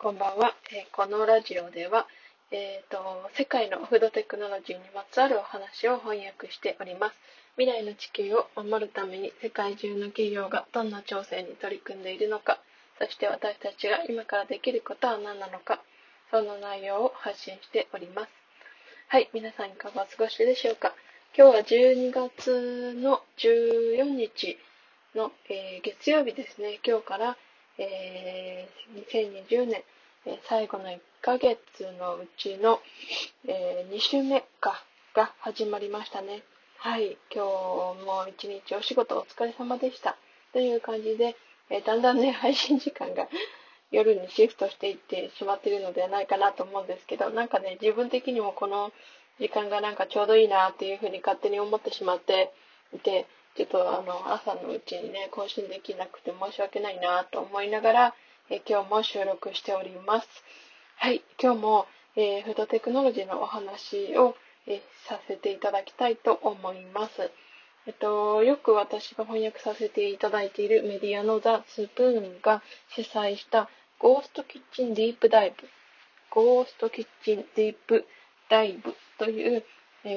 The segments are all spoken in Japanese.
こんばんは。このラジオでは、世界のフードテクノロジーにまつわるお話を翻訳しております。未来の地球を守るために世界中の企業がどんな挑戦に取り組んでいるのか、そして私たちが今からできることは何なのか、その内容を発信しております。はい、皆さんいかがお過ごしでしょうか。今日は12月の14日の、月曜日ですね。今日から、2020年、最後の1ヶ月のうちの、2週目が始まりましたね。はい、今日も一日お仕事お疲れ様でした。という感じで、だんだんね、配信時間が夜にシフトしていってしまっているのではないかなと思うんですけど、なんかね、自分的にもこの時間がなんかちょうどいいなっていうふうに勝手に思ってしまっていて、ちょっと朝のうちにね、更新できなくて申し訳ないなと思いながら、今日も収録しております。はい、今日も、フードテクノロジーのお話を、させていただきたいと思います。よく私が翻訳させていただいているメディアのザ・スプーンが主催したゴーストキッチンディープダイブ、ゴーストキッチンディープダイブという、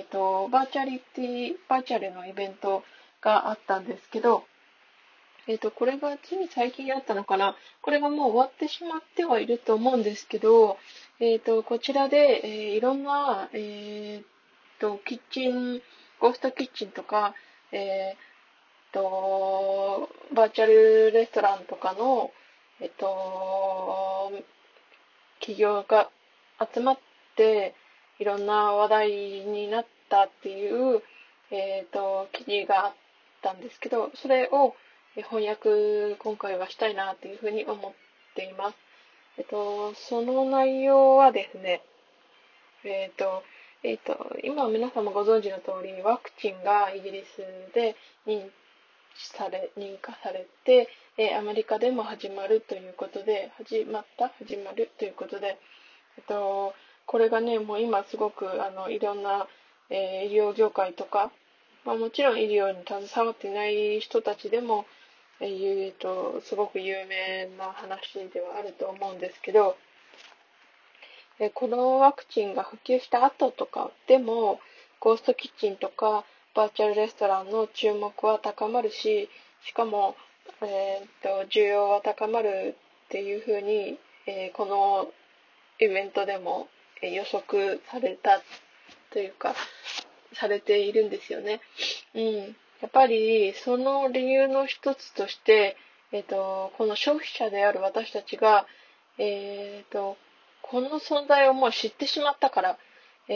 バーチャルのイベントがあったんですけど、これがつい最近あったのかな。これがもう終わってしまってはいると思うんですけど、こちらで、いろんな、キッチン、ゴーストキッチンとか、バーチャルレストランとかの、企業が集まって、いろんな話題になったっていう、記事があったんですけど、それを翻訳今回はしたいなっていうふうに思っています。その内容はですね、えっと、今皆様ご存知の通り、ワクチンがイギリスで認可されて、アメリカでも始まるということで、始まるということで、これがね、もう今すごく、いろんな、医療業界とか、もちろん医療に携わっていない人たちでも、すごく有名な話ではあると思うんですけど、このワクチンが普及した後とかでも、ゴーストキッチンとかバーチャルレストランの注目は高まるし、しかも、需要は高まるっていうふうに、このイベントでも予測されたというか、されているんですよね。うん。やっぱり、その理由の一つとして、この消費者である私たちが、この存在をもう知ってしまったから、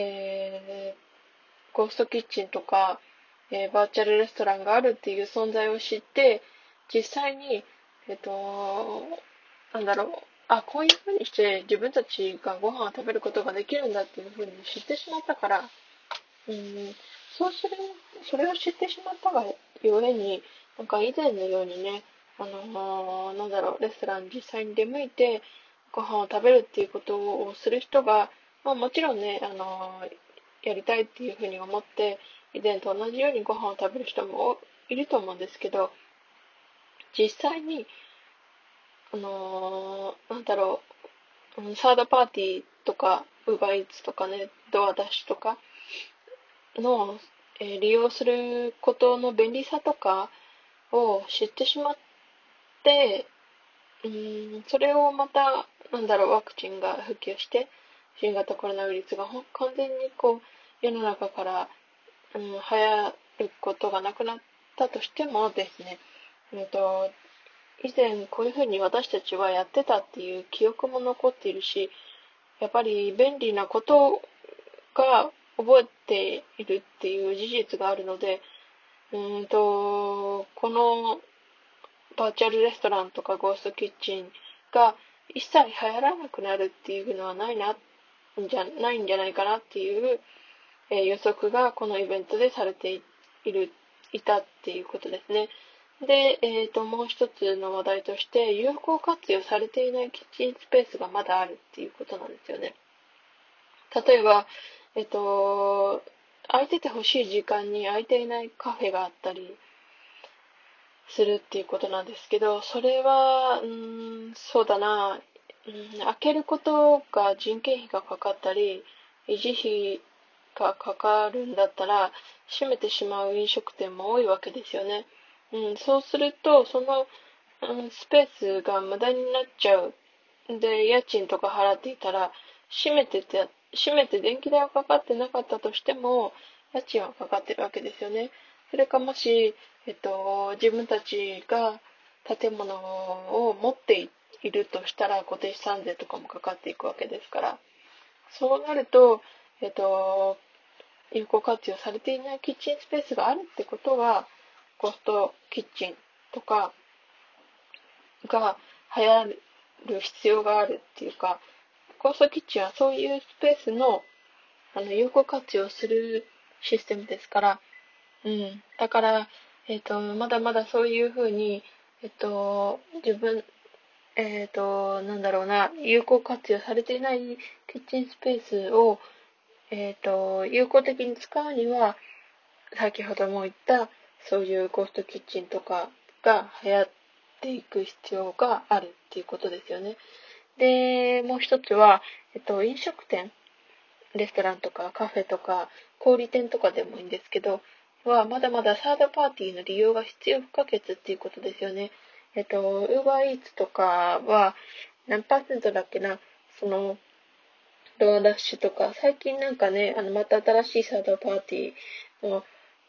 ゴーストキッチンとか、バーチャルレストランがあるっていう存在を知って、実際に、えっと、なんだろう、こういう風にして自分たちがご飯を食べることができるんだっていう風に知ってしまったから、うん、そうする、それを知ってしまったがゆえに、なんか以前のようにね、レストランに実際に出向いてご飯を食べるっていうことをする人が、もちろんね、やりたいっていうふうに思って、以前と同じようにご飯を食べる人もいると思うんですけど、実際に、サードパーティーとか、ウーバーイーツとかね、ドアダッシュとか、の、利用することの便利さとかを知ってしまって、それをまた、ワクチンが普及して、新型コロナウイルスが完全に世の中から、流行ることがなくなったとしてもですね、以前こういうふうに私たちはやってたっていう記憶も残っているし、やっぱり便利なことが覚えているっていう事実があるので、このバーチャルレストランとかゴーストキッチンが一切流行らなくなるっていうのはないんじゃないかなっていう、予測がこのイベントでされていたっていうことですね。で、もう一つの話題として、有効活用されていないキッチンスペースがまだあるっていうことなんですよね。例えば、空いててほしい時間に空いていないカフェがあったりするっていうことなんですけど、それは、そうだな、 開けることが人件費がかかったり、維持費がかかるんだったら、閉めてしまう飲食店も多いわけですよね。そうすると、その、スペースが無駄になっちゃう。で、家賃とか払っていたら、閉めて電気代はかかってなかったとしても、家賃はかかってるわけですよね。それかもし、自分たちが建物を持っているとしたら、固定資産税とかもかかっていくわけですから、そうなると、有効活用されていないキッチンスペースがあるってことは、ゴーストキッチンとかが流行る必要があるっていうか、ゴーストキッチンはそういうスペースの有効活用するシステムですから、だから、まだまだそういうふうに、自分、なんだろうな、有効活用されていないキッチンスペースを、有効的に使うには、先ほども言った、そういうゴーストキッチンとかが流行っていく必要があるっていうことですよね。で、もう一つは、飲食店、レストランとかカフェとか小売店とかでもいいんですけど、まだまだサードパーティーの利用が必要不可欠っていうことですよね。ウーバーイーツとかは何パーセントだっけな、その、ドアダッシュとか、最近なんかね、また新しいサードパーティーの、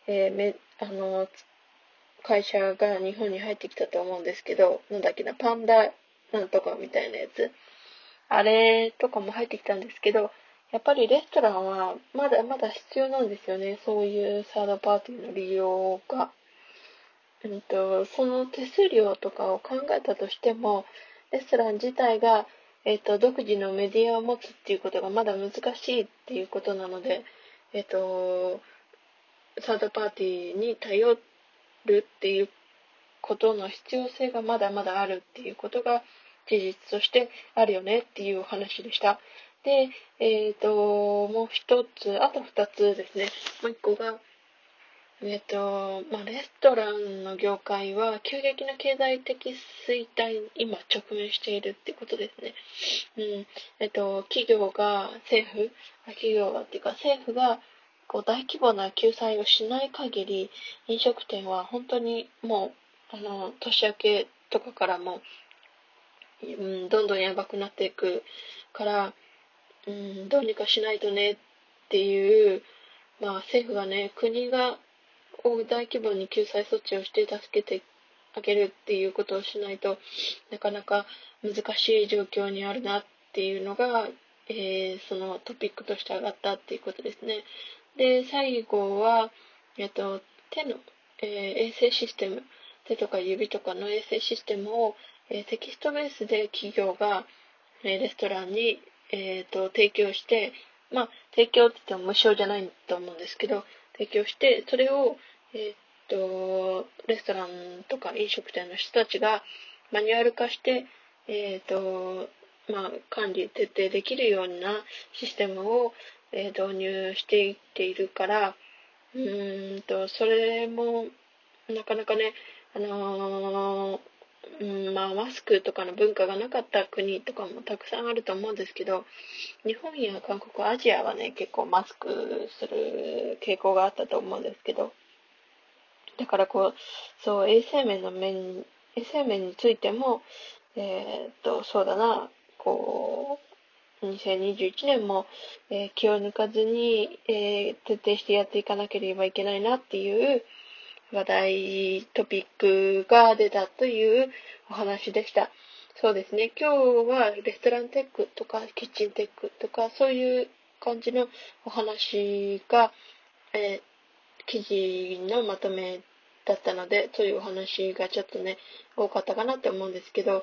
会社が日本に入ってきたと思うんですけど、なんだっけな、パンダなんとかみたいなやつ。あれとかも入ってきたんですけど、やっぱりレストランはまだまだ必要なんですよね。そういうサードパーティーの利用が。その手数料とかを考えたとしても、レストラン自体が、独自のメディアを持つっていうことがまだ難しいっていうことなので、サードパーティーに頼るっていうことの必要性がまだまだあるっていうことが事実としてあるよねっていうお話でした。で、もう一つ、あと二つですね。もう一個が、レストランの業界は急激な経済的衰退に今直面しているってことですね。企業がっていうか政府がこう大規模な救済をしない限り、飲食店は本当にもう、年明けとかからも、どんどんやばくなっていくから、どうにかしないとねっていう、政府がね、国が大規模に救済措置をして助けてあげるっていうことをしないとなかなか難しい状況にあるなっていうのが、そのトピックとして上がったっていうことですね。で、最後は、手の、衛生システム、手とか指とかの衛生システムを、テキストベースで企業が、レストランに、提供して、提供って言っても無償じゃないと思うんですけど、提供して、それを、レストランとか飲食店の人たちがマニュアル化して、管理徹底できるようなシステムを、導入していっているから、それも、なかなかね、あのーマスクとかの文化がなかった国とかもたくさんあると思うんですけど、日本や韓国、アジアはね、結構マスクする傾向があったと思うんですけど、だからそう、衛生面についても、そうだな、2021年も、気を抜かずに、徹底してやっていかなければいけないなっていう話題、トピックが出たというお話でした。そうですね。今日はレストランテックとかキッチンテックとかそういう感じのお話が、え記事のまとめだったので、そういうお話がちょっとね、多かったかなって思うんですけど、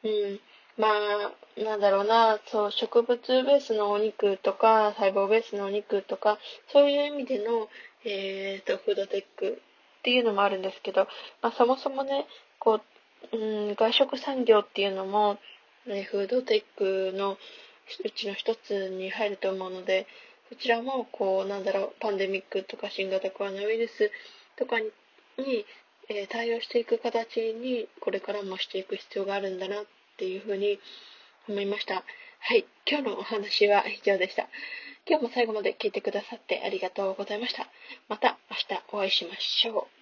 なんだろうな、そう、植物ベースのお肉とか、細胞ベースのお肉とか、そういう意味での、フードテックっていうのもあるんですけど、そもそもね、外食産業っていうのも、フードテックのうちの一つに入ると思うので、そちらも、パンデミックとか新型コロナウイルスとかに対応していく形に、これからもしていく必要があるんだなっていうふうに思いました。はい。今日のお話は以上でした。今日も最後まで聞いてくださってありがとうございました。また明日お会いしましょう。